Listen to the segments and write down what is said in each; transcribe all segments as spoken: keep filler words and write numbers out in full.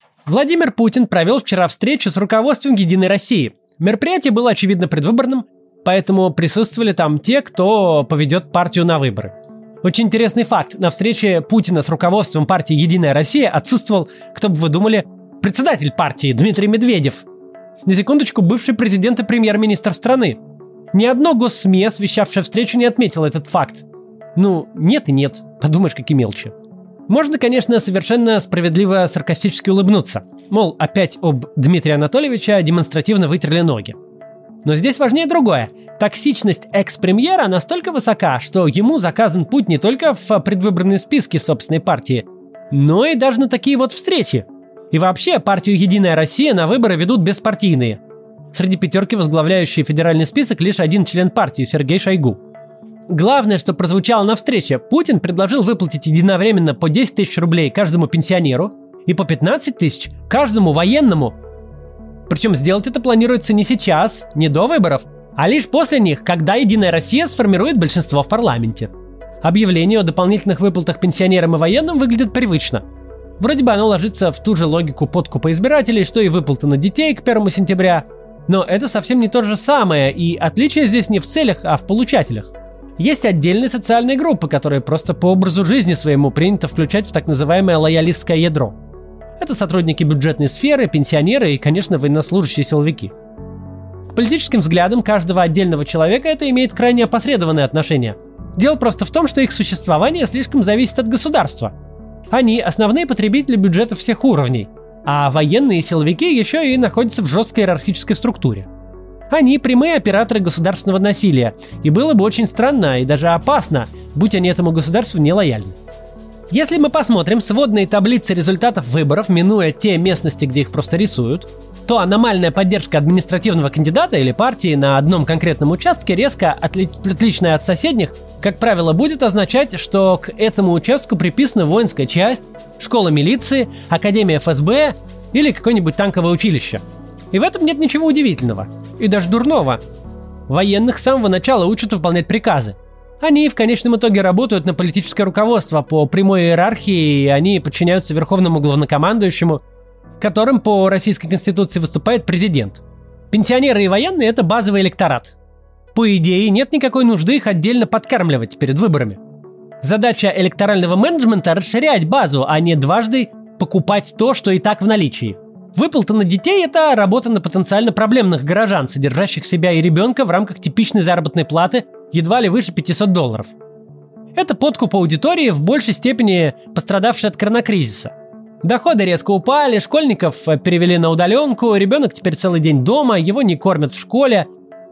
Владимир Путин провел вчера встречу с руководством «Единой России». Мероприятие было, очевидно, предвыборным, поэтому присутствовали там те, кто поведет партию на выборы. Очень интересный факт. На встрече Путина с руководством партии «Единая Россия» отсутствовал, кто бы вы думали, председатель партии Дмитрий Медведев. На секундочку, бывший президент и премьер-министр страны. Ни одно госсми, освещавшее встречу, не отметило этот факт. Ну, нет и нет. Подумаешь, какие мелочи. Можно, конечно, совершенно справедливо саркастически улыбнуться. Мол, опять об Дмитрия Анатольевича демонстративно вытерли ноги. Но здесь важнее другое. Токсичность экс-премьера настолько высока, что ему заказан путь не только в предвыборные списки собственной партии, но и даже на такие вот встречи. И вообще, партию «Единая Россия» на выборы ведут беспартийные. Среди пятерки, возглавляющий федеральный список, лишь один член партии – Сергей Шойгу. Главное, что прозвучало на встрече, Путин предложил выплатить единовременно по десять тысяч рублей каждому пенсионеру и по пятнадцать тысяч каждому военному. Причем сделать это планируется не сейчас, не до выборов, а лишь после них, когда «Единая Россия» сформирует большинство в парламенте. Объявление о дополнительных выплатах пенсионерам и военным выглядит привычно. Вроде бы оно ложится в ту же логику подкупа избирателей, что и выплаты на детей к первому сентября, но это совсем не то же самое, и отличие здесь не в целях, а в получателях. Есть отдельные социальные группы, которые просто по образу жизни своему принято включать в так называемое лоялистское ядро. Это сотрудники бюджетной сферы, пенсионеры и, конечно, военнослужащие силовики. К политическим взглядам каждого отдельного человека это имеет крайне опосредованное отношение. Дело просто в том, что их существование слишком зависит от государства. Они основные потребители бюджета всех уровней, а военные и силовики еще и находятся в жесткой иерархической структуре. Они прямые операторы государственного насилия, и было бы очень странно и даже опасно, будь они этому государству не лояльны. Если мы посмотрим сводные таблицы результатов выборов, минуя те местности, где их просто рисуют, то аномальная поддержка административного кандидата или партии на одном конкретном участке, резко отли- отличная от соседних, как правило, будет означать, что к этому участку приписана воинская часть, школа милиции, академия эф эс бэ или какое-нибудь танковое училище. И в этом нет ничего удивительного. И даже дурного. Военных с самого начала учат выполнять приказы. Они в конечном итоге работают на политическое руководство по прямой иерархии, и они подчиняются верховному главнокомандующему, которым по российской конституции выступает президент. Пенсионеры и военные – это базовый электорат. По идее, нет никакой нужды их отдельно подкармливать перед выборами. Задача электорального менеджмента – расширять базу, а не дважды покупать то, что и так в наличии. Выплата на детей – это работа на потенциально проблемных горожан, содержащих себя и ребенка в рамках типичной заработной платы едва ли выше пятьсот долларов. Это подкуп аудитории, в большей степени пострадавшей от коронакризиса. Доходы резко упали, школьников перевели на удаленку, ребенок теперь целый день дома, его не кормят в школе.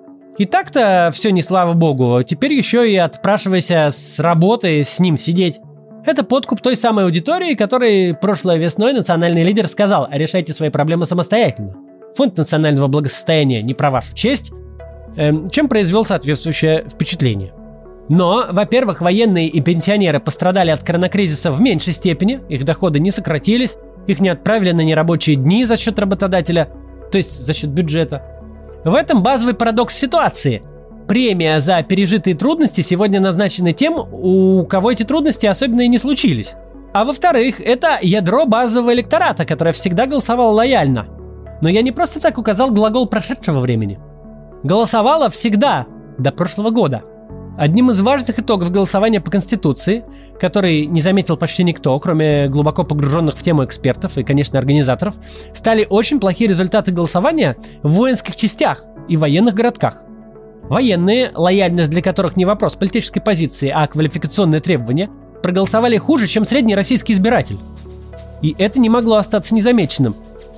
И так-то все не слава богу, теперь еще и отпрашивайся с работы с ним сидеть. Это подкуп той самой аудитории, которой прошлой весной национальный лидер сказал: решайте свои проблемы самостоятельно. Фонд национального благосостояния не про вашу честь, эм, чем произвел соответствующее впечатление. Но, во-первых, военные и пенсионеры пострадали от коронакризиса в меньшей степени, их доходы не сократились, их не отправили на нерабочие дни за счет работодателя, то есть за счет бюджета. В этом базовый парадокс ситуации. Премия за пережитые трудности сегодня назначена тем, у кого эти трудности особенно и не случились. А во-вторых, это ядро базового электората, которое всегда голосовало лояльно. Но я не просто так указал глагол прошедшего времени. Голосовало всегда, до прошлого года. Одним из важных итогов голосования по Конституции, который не заметил почти никто, кроме глубоко погруженных в тему экспертов и, конечно, организаторов, стали очень плохие результаты голосования в воинских частях и военных городках. Военные, лояльность для которых не вопрос политической позиции, а квалификационные требования, проголосовали хуже, чем средний российский избиратель. И это не могло остаться незамеченным.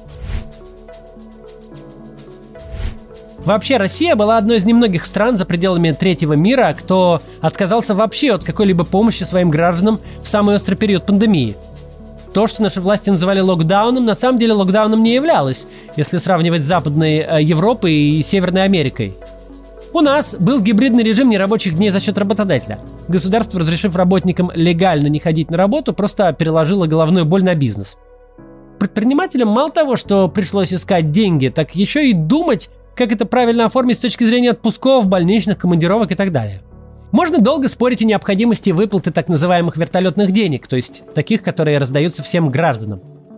Вообще, Россия была одной из немногих стран за пределами третьего мира, кто отказался вообще от какой-либо помощи своим гражданам в самый острый период пандемии. То, что наши власти называли локдауном, на самом деле локдауном не являлось, если сравнивать с Западной Европой и Северной Америкой. У нас был гибридный режим нерабочих дней за счет работодателя. Государство, разрешив работникам легально не ходить на работу, просто переложило головную боль на бизнес. Предпринимателям мало того, что пришлось искать деньги, так еще и думать, как это правильно оформить с точки зрения отпусков, больничных, командировок и так далее. Можно долго спорить о необходимости выплаты так называемых вертолетных денег, то есть таких, которые раздаются всем гражданам.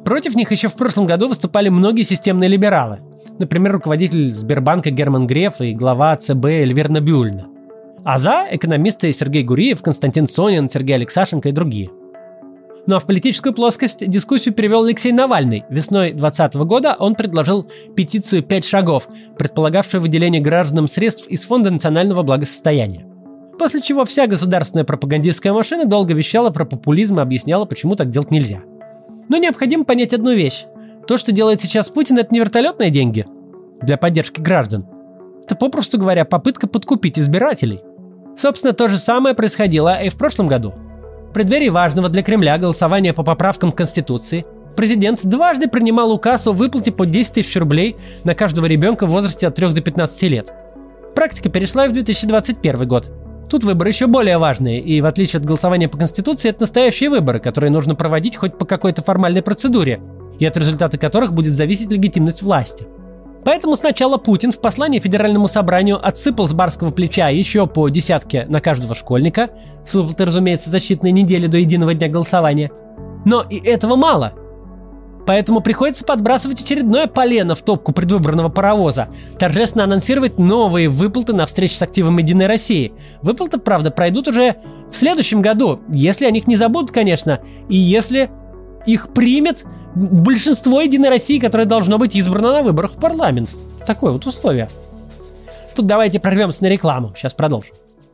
Против них еще в прошлом году выступали многие системные либералы. Например, руководитель Сбербанка Герман Греф и глава ЦБ Эльвира Набиуллина. А за экономисты Сергей Гуриев, Константин Сонин, Сергей Алексашенко и другие. Ну а в политическую плоскость дискуссию перевел Алексей Навальный. Весной две тысячи двадцатого года он предложил петицию «Пять шагов», предполагавшую выделение гражданам средств из Фонда национального благосостояния. После чего вся государственная пропагандистская машина долго вещала про популизм и объясняла, почему так делать нельзя. Но необходимо понять одну вещь. То, что делает сейчас Путин, это не вертолетные деньги для поддержки граждан. Это, попросту говоря, попытка подкупить избирателей. Собственно, то же самое происходило и в прошлом году. В преддверии важного для Кремля голосования по поправкам к Конституции президент дважды принимал указ о выплате по десять тысяч рублей на каждого ребенка в возрасте от трёх до пятнадцати лет. Практика перешла и в две тысячи двадцать первый год. Тут выборы еще более важные, и в отличие от голосования по Конституции, это настоящие выборы, которые нужно проводить хоть по какой-то формальной процедуре, и от результата которых будет зависеть легитимность власти. Поэтому сначала Путин в послании Федеральному собранию отсыпал с барского плеча еще по десятке на каждого школьника, с выплатой, разумеется, за считанные недели до единого дня голосования. Но и этого мало. Поэтому приходится подбрасывать очередное полено в топку предвыборного паровоза, торжественно анонсировать новые выплаты на встрече с активом «Единой России». Выплаты, правда, пройдут уже в следующем году, если о них не забудут, конечно, и если их примет большинство «Единой России», которое должно быть избрано на выборах в парламент. Такое вот условие. Тут давайте прорвемся на рекламу. Сейчас продолжим.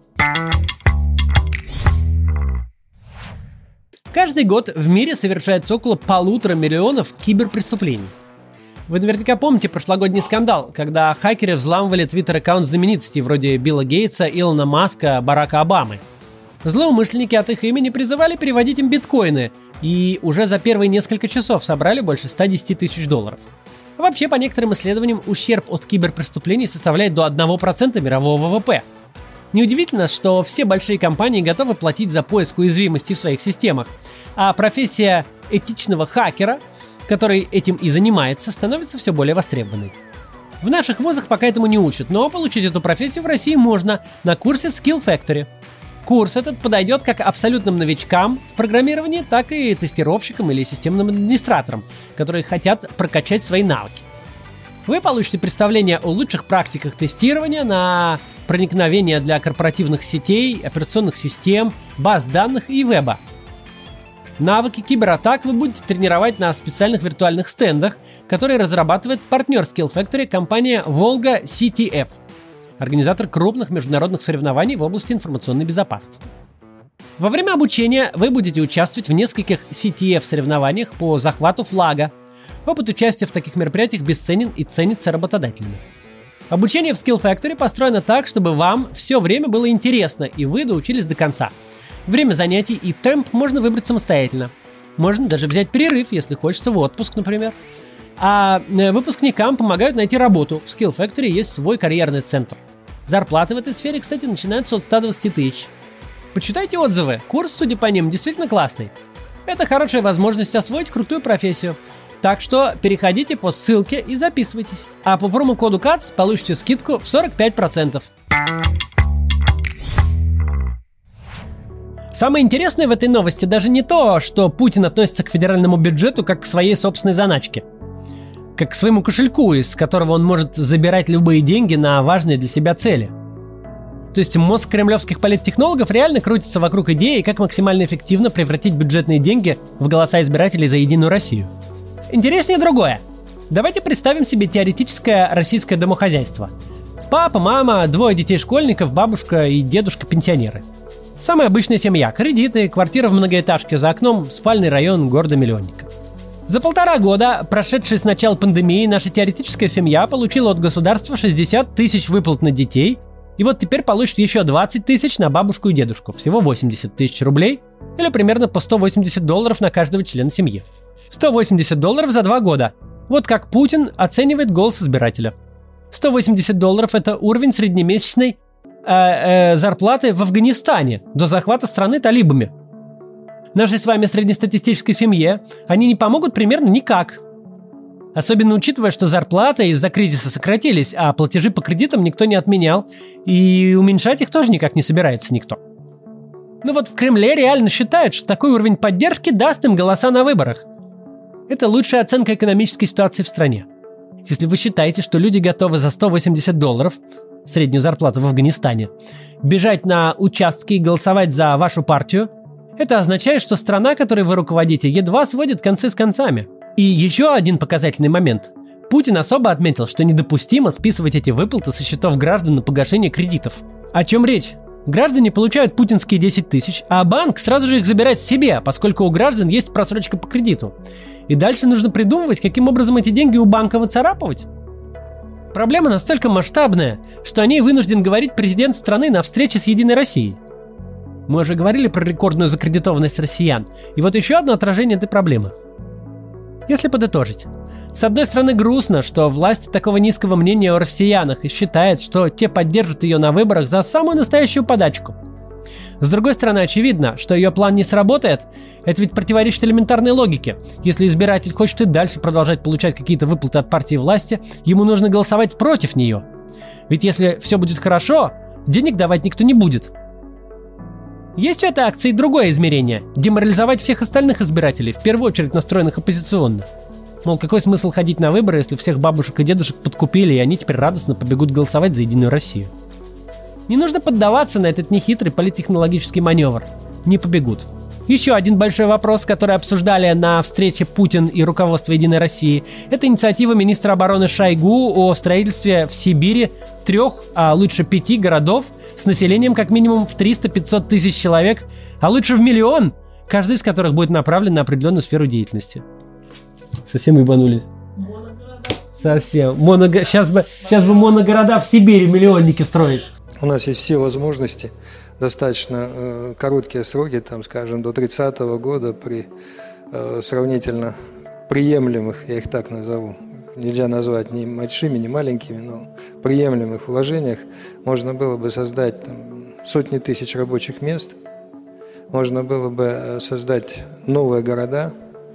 Каждый год в мире совершается около полутора миллионов киберпреступлений. Вы наверняка помните прошлогодний скандал, когда хакеры взламывали твиттер-аккаунт знаменитостей вроде Билла Гейтса, Илона Маска, Барака Обамы. Злоумышленники от их имени призывали переводить им биткоины, и уже за первые несколько часов собрали больше ста десяти тысяч долларов. А вообще, по некоторым исследованиям, ущерб от киберпреступлений составляет до одного процента мирового ВВП. Неудивительно, что все большие компании готовы платить за поиск уязвимостей в своих системах, а профессия этичного хакера, который этим и занимается, становится все более востребованной. В наших вузах пока этому не учат, но получить эту профессию в России можно на курсе Skill Factory. Курс этот подойдет как абсолютным новичкам в программировании, так и тестировщикам или системным администраторам, которые хотят прокачать свои навыки. Вы получите представление о лучших практиках тестирования на проникновение для корпоративных сетей, операционных систем, баз данных и веба. Навыки кибератак вы будете тренировать на специальных виртуальных стендах, которые разрабатывает партнер Skill Factory компания Volga си ти эф, организатор крупных международных соревнований в области информационной безопасности. Во время обучения вы будете участвовать в нескольких си ти эф соревнованиях по захвату флага. Опыт участия в таких мероприятиях бесценен и ценится работодателями. Обучение в Skill Factory построено так, чтобы вам все время было интересно, и вы доучились до конца. Время занятий и темп можно выбрать самостоятельно. Можно даже взять перерыв, если хочется в отпуск, например. А выпускникам помогают найти работу. В Skill Factory есть свой карьерный центр. Зарплаты в этой сфере, кстати, начинаются от ста двадцати тысяч. Почитайте отзывы. Курс, судя по ним, действительно классный. Это хорошая возможность освоить крутую профессию. Так что переходите по ссылке и записывайтесь. А по промокоду КАЦ получите скидку в сорок пять процентов. Самое интересное в этой новости даже не то, что Путин относится к федеральному бюджету как к своей собственной заначке. Как к своему кошельку, из которого он может забирать любые деньги на важные для себя цели. То есть мозг кремлевских политтехнологов реально крутится вокруг идеи, как максимально эффективно превратить бюджетные деньги в голоса избирателей за Единую Россию. Интереснее другое. Давайте представим себе теоретическое российское домохозяйство. Папа, мама, двое детей-школьников, бабушка и дедушка-пенсионеры. Самая обычная семья. Кредиты, квартира в многоэтажке за окном, спальный район города-миллионника. За полтора года, прошедшей с начала пандемии, наша теоретическая семья получила от государства шестьдесят тысяч выплат на детей, и вот теперь получит еще двадцать тысяч на бабушку и дедушку. Всего восемьдесят тысяч рублей, или примерно по сто восемьдесят долларов на каждого члена семьи. сто восемьдесят долларов за два года. Вот как Путин оценивает голос избирателя. сто восемьдесят долларов – это уровень среднемесячной э, э, зарплаты в Афганистане до захвата страны талибами. Нашей с вами среднестатистической семье они не помогут примерно никак. Особенно учитывая, что зарплаты из-за кризиса сократились, а платежи по кредитам никто не отменял, и уменьшать их тоже никак не собирается никто. Ну вот в Кремле реально считают, что такой уровень поддержки даст им голоса на выборах. Это лучшая оценка экономической ситуации в стране. Если вы считаете, что люди готовы за сто восемьдесят долларов, среднюю зарплату в Афганистане, бежать на участки и голосовать за вашу партию, это означает, что страна, которой вы руководите, едва сводит концы с концами. И еще один показательный момент. Путин особо отметил, что недопустимо списывать эти выплаты со счетов граждан на погашение кредитов. О чем речь? Граждане получают путинские десять тысяч, а банк сразу же их забирает себе, поскольку у граждан есть просрочка по кредиту. И дальше нужно придумывать, каким образом эти деньги у банка выцарапывать. Проблема настолько масштабная, что о ней вынужден говорить президент страны на встрече с Единой Россией. Мы уже говорили про рекордную закредитованность россиян, и вот еще одно отражение этой проблемы. Если подытожить. С одной стороны, грустно, что власть такого низкого мнения о россиянах и считает, что те поддержат ее на выборах за самую настоящую подачку. С другой стороны, очевидно, что ее план не сработает. Это ведь противоречит элементарной логике. Если избиратель хочет и дальше продолжать получать какие-то выплаты от партии власти, ему нужно голосовать против нее. Ведь если все будет хорошо, денег давать никто не будет. Есть у этой акции другое измерение – деморализовать всех остальных избирателей, в первую очередь настроенных оппозиционно. Мол, какой смысл ходить на выборы, если всех бабушек и дедушек подкупили, и они теперь радостно побегут голосовать за Единую Россию? Не нужно поддаваться на этот нехитрый политтехнологический маневр. Не побегут. Еще один большой вопрос, который обсуждали на встрече Путин и руководство Единой России, это инициатива министра обороны Шойгу о строительстве в Сибири трех, а лучше пяти городов с населением как минимум в триста-пятьсот тысяч человек, а лучше в миллион, каждый из которых будет направлен на определенную сферу деятельности. Совсем ебанулись. Совсем. Моного... Сейчас бы, сейчас бы моногорода в Сибири миллионники строить. У нас есть все возможности, достаточно э, короткие сроки, там, скажем, до тридцатого года при э, сравнительно приемлемых, я их так назову, нельзя назвать ни большими, ни маленькими, но приемлемых вложениях можно было бы создать там, сотни тысяч рабочих мест, можно было бы создать новые города,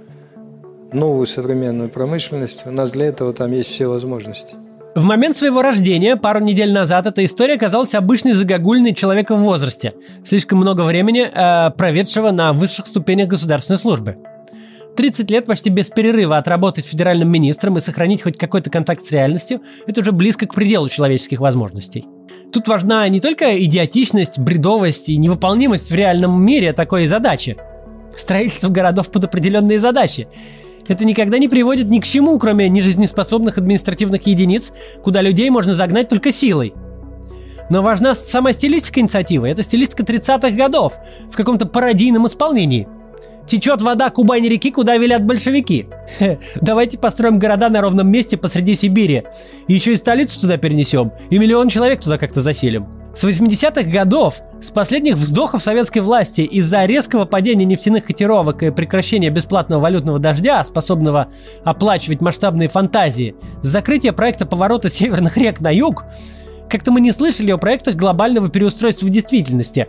новую современную промышленность. У нас для этого там есть все возможности. В момент своего рождения, пару недель назад, эта история казалась обычной загогульной человека в возрасте, слишком много времени э, проведшего на высших ступенях государственной службы. тридцать лет почти без перерыва отработать федеральным министром и сохранить хоть какой-то контакт с реальностью – это уже близко к пределу человеческих возможностей. Тут важна не только идиотичность, бредовость и невыполнимость в реальном мире такой задачи. Строительство городов под определенные задачи. Это никогда не приводит ни к чему, кроме нежизнеспособных административных единиц, куда людей можно загнать только силой. Но важна сама стилистика инициативы. Это стилистика тридцатых годов в каком-то пародийном исполнении. Течет вода Кубань-реки, куда велят большевики. Хе, давайте построим города на ровном месте посреди Сибири. И еще и столицу туда перенесем. И миллион человек туда как-то заселим. С восьмидесятых годов, с последних вздохов советской власти из-за резкого падения нефтяных котировок и прекращения бесплатного валютного дождя, способного оплачивать масштабные фантазии, с закрытия проекта поворота северных рек на юг, как-то мы не слышали о проектах глобального переустройства в действительности.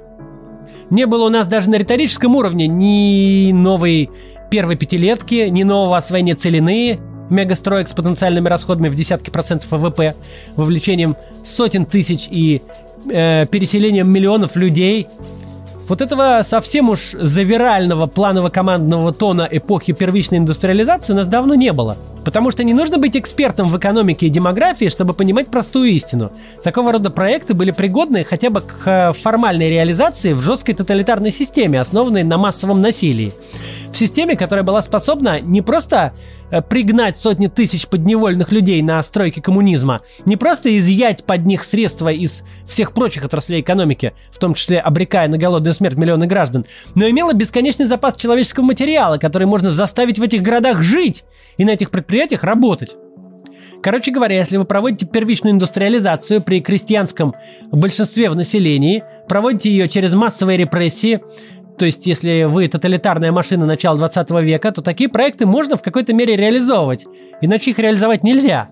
Не было у нас даже на риторическом уровне ни новой первой пятилетки, ни нового освоения целины, мегастроек с потенциальными расходами в десятки процентов ВВП, вовлечением сотен тысяч и э, переселением миллионов людей. Вот этого совсем уж завирального планово-командного тона эпохи первичной индустриализации у нас давно не было. Потому что не нужно быть экспертом в экономике и демографии, чтобы понимать простую истину. Такого рода проекты были пригодны хотя бы к формальной реализации в жесткой тоталитарной системе, основанной на массовом насилии. В системе, которая была способна не просто пригнать сотни тысяч подневольных людей на стройки коммунизма, не просто изъять под них средства из всех прочих отраслей экономики, в том числе обрекая на голодную смерть миллионы граждан, но имела бесконечный запас человеческого материала, который можно заставить в этих городах жить и на этих предприятиях работать. Короче говоря, если вы проводите первичную индустриализацию при крестьянском большинстве в населении, проводите ее через массовые репрессии, то есть если вы тоталитарная машина начала двадцатого века, то такие проекты можно в какой-то мере реализовывать, иначе их реализовать нельзя.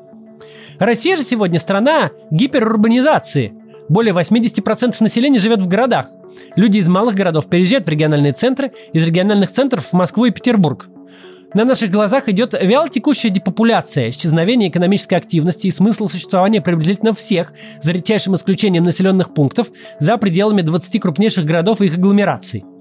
Россия же сегодня страна гиперурбанизации. Более восемьдесят процентов населения живет в городах. Люди из малых городов переезжают в региональные центры, из региональных центров в Москву и Петербург. На наших глазах идет вялотекущая депопуляция, исчезновение экономической активности и смысл существования приблизительно всех, за редчайшим исключением населенных пунктов, за пределами двадцати крупнейших городов и их агломераций.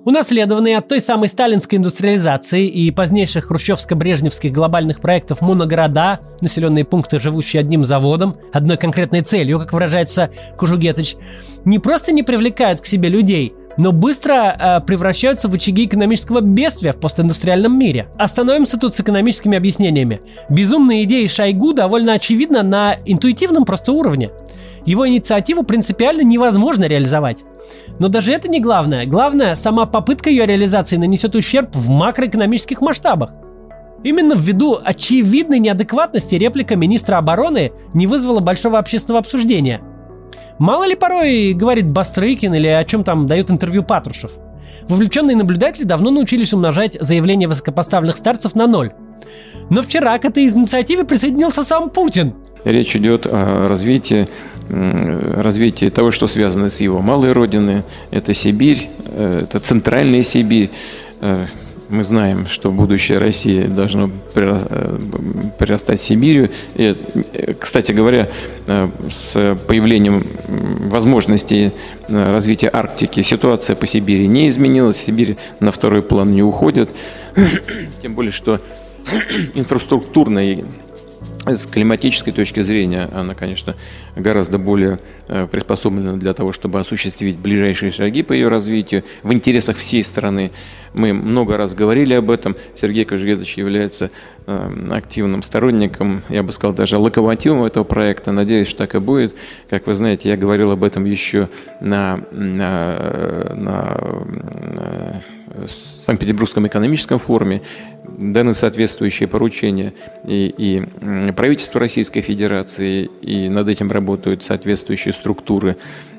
Унаследованные от той самой сталинской индустриализации и позднейших хрущевско-брежневских глобальных проектов моногорода, населенные пункты, живущие одним заводом, одной конкретной целью, как выражается Кужугетович, не просто не привлекают к себе людей, но быстро э, превращаются в очаги экономического бедствия в постиндустриальном мире. Остановимся тут с экономическими объяснениями. Безумные идеи Шойгу довольно очевидно на интуитивном просто уровне. Его инициативу принципиально невозможно реализовать. Но даже это не главное. Главное, сама попытка ее реализации нанесет ущерб в макроэкономических масштабах. Именно ввиду очевидной неадекватности реплика министра обороны не вызвала большого общественного обсуждения. Мало ли порой говорит Бастрыкин или о чем там дает интервью Патрушев. Вовлеченные наблюдатели давно научились умножать заявления высокопоставленных старцев на ноль. Но вчера к этой инициативе присоединился сам Путин. Речь идет о развитии, развитии того, что связано с его малой родиной. Это Сибирь, это центральная Сибирь. Мы знаем, что будущее России должно прирастать Сибирью. И, кстати говоря, с появлением возможностей развития Арктики ситуация по Сибири не изменилась. Сибирь на второй план не уходит. Тем более, что инфраструктурная, с климатической точки зрения, она, конечно, гораздо более приспособлена для того, чтобы осуществить ближайшие шаги по ее развитию в интересах всей страны. Мы много раз говорили об этом. Сергей Кужугетович является активным сторонником, я бы сказал, даже локомотивом этого проекта. Надеюсь, что так и будет. Как вы знаете, я говорил об этом еще на, на, на Санкт-Петербургском экономическом форуме. Даны соответствующие поручения и, и правительству Российской Федерации, и над этим работают соответствующие структуры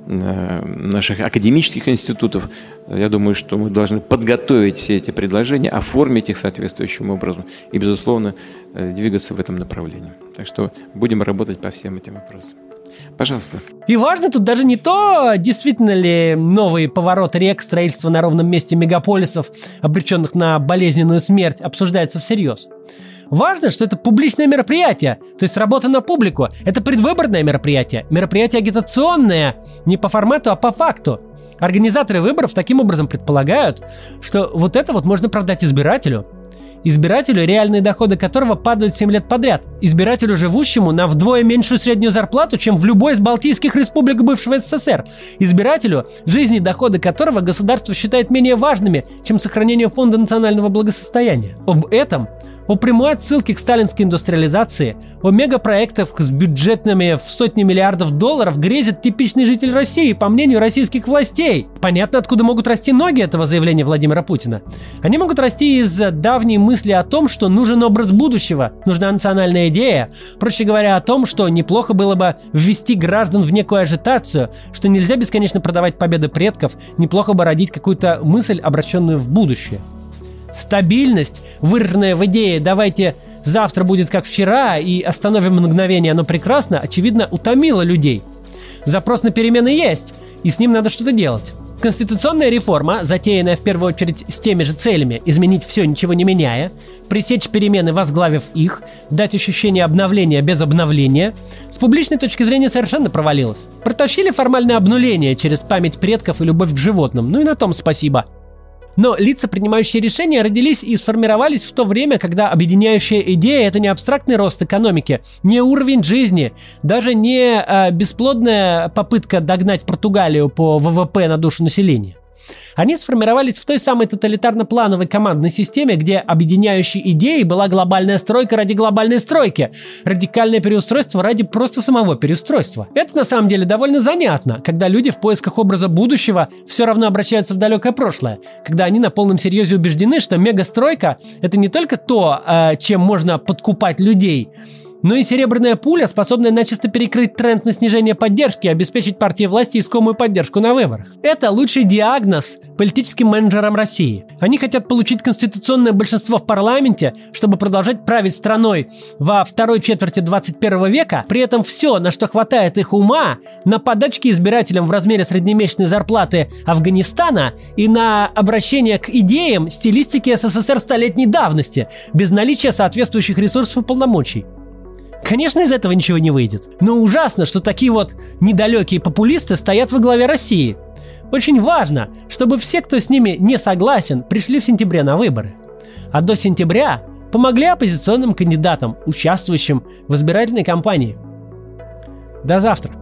наших академических институтов. Я думаю, что мы должны подготовить все эти предложения, оформить их соответствующим образом и, безусловно, двигаться в этом направлении. Так что будем работать по всем этим вопросам. Пожалуйста. И важно тут даже не то, действительно ли новый поворот рек, строительство на ровном месте мегаполисов, обреченных на болезненную смерть, обсуждается всерьез. Важно, что это публичное мероприятие, то есть работа на публику. Это предвыборное мероприятие, мероприятие агитационное, не по формату, а по факту. Организаторы выборов таким образом предполагают, что вот это вот можно продать избирателю. Избирателю, реальные доходы которого падают семь лет подряд. Избирателю, живущему на вдвое меньшую среднюю зарплату, чем в любой из балтийских республик бывшего СССР. Избирателю, жизни и доходы которого государство считает менее важными, чем сохранение фонда национального благосостояния. Об этом, о прямой отсылке к сталинской индустриализации, о мегапроектах с бюджетными в сотни миллиардов долларов грезит типичный житель России, по мнению российских властей. Понятно, откуда могут расти ноги этого заявления Владимира Путина. Они могут расти из давней мысли о том, что нужен образ будущего, нужна национальная идея, проще говоря, о том, что неплохо было бы ввести граждан в некую агитацию, что нельзя бесконечно продавать победы предков, неплохо бы родить какую-то мысль, обращенную в будущее. Стабильность, выраженная в идее «давайте завтра будет как вчера и остановим на мгновение, оно прекрасно», очевидно, утомила людей. Запрос на перемены есть, и с ним надо что-то делать. Конституционная реформа, затеянная в первую очередь с теми же целями изменить все, ничего не меняя, пресечь перемены, возглавив их, дать ощущение обновления без обновления, с публичной точки зрения совершенно провалилась. Протащили формальное обнуление через память предков и любовь к животным, ну и на том спасибо. Но лица, принимающие решения, родились и сформировались в то время, когда объединяющая идея – это не абстрактный рост экономики, не уровень жизни, даже не э, бесплодная попытка догнать Португалию по ВВП на душу населения. Они сформировались в той самой тоталитарно-плановой командной системе, где объединяющей идеей была глобальная стройка ради глобальной стройки, радикальное переустройство ради просто самого переустройства. Это на самом деле довольно занятно, когда люди в поисках образа будущего все равно обращаются в далекое прошлое, когда они на полном серьезе убеждены, что мегастройка – это не только то, чем можно подкупать людей, но и серебряная пуля, способная начисто перекрыть тренд на снижение поддержки и обеспечить партии власти искомую поддержку на выборах. Это лучший диагноз политическим менеджерам России. Они хотят получить конституционное большинство в парламенте, чтобы продолжать править страной во второй четверти двадцать первого века, при этом все, на что хватает их ума, на подачки избирателям в размере среднемесячной зарплаты Афганистана и на обращение к идеям стилистики СССР столетней давности, без наличия соответствующих ресурсов и полномочий. Конечно, из этого ничего не выйдет. Но ужасно, что такие вот недалекие популисты стоят во главе России. Очень важно, чтобы все, кто с ними не согласен, пришли в сентябре на выборы. А до сентября помогли оппозиционным кандидатам, участвующим в избирательной кампании. До завтра.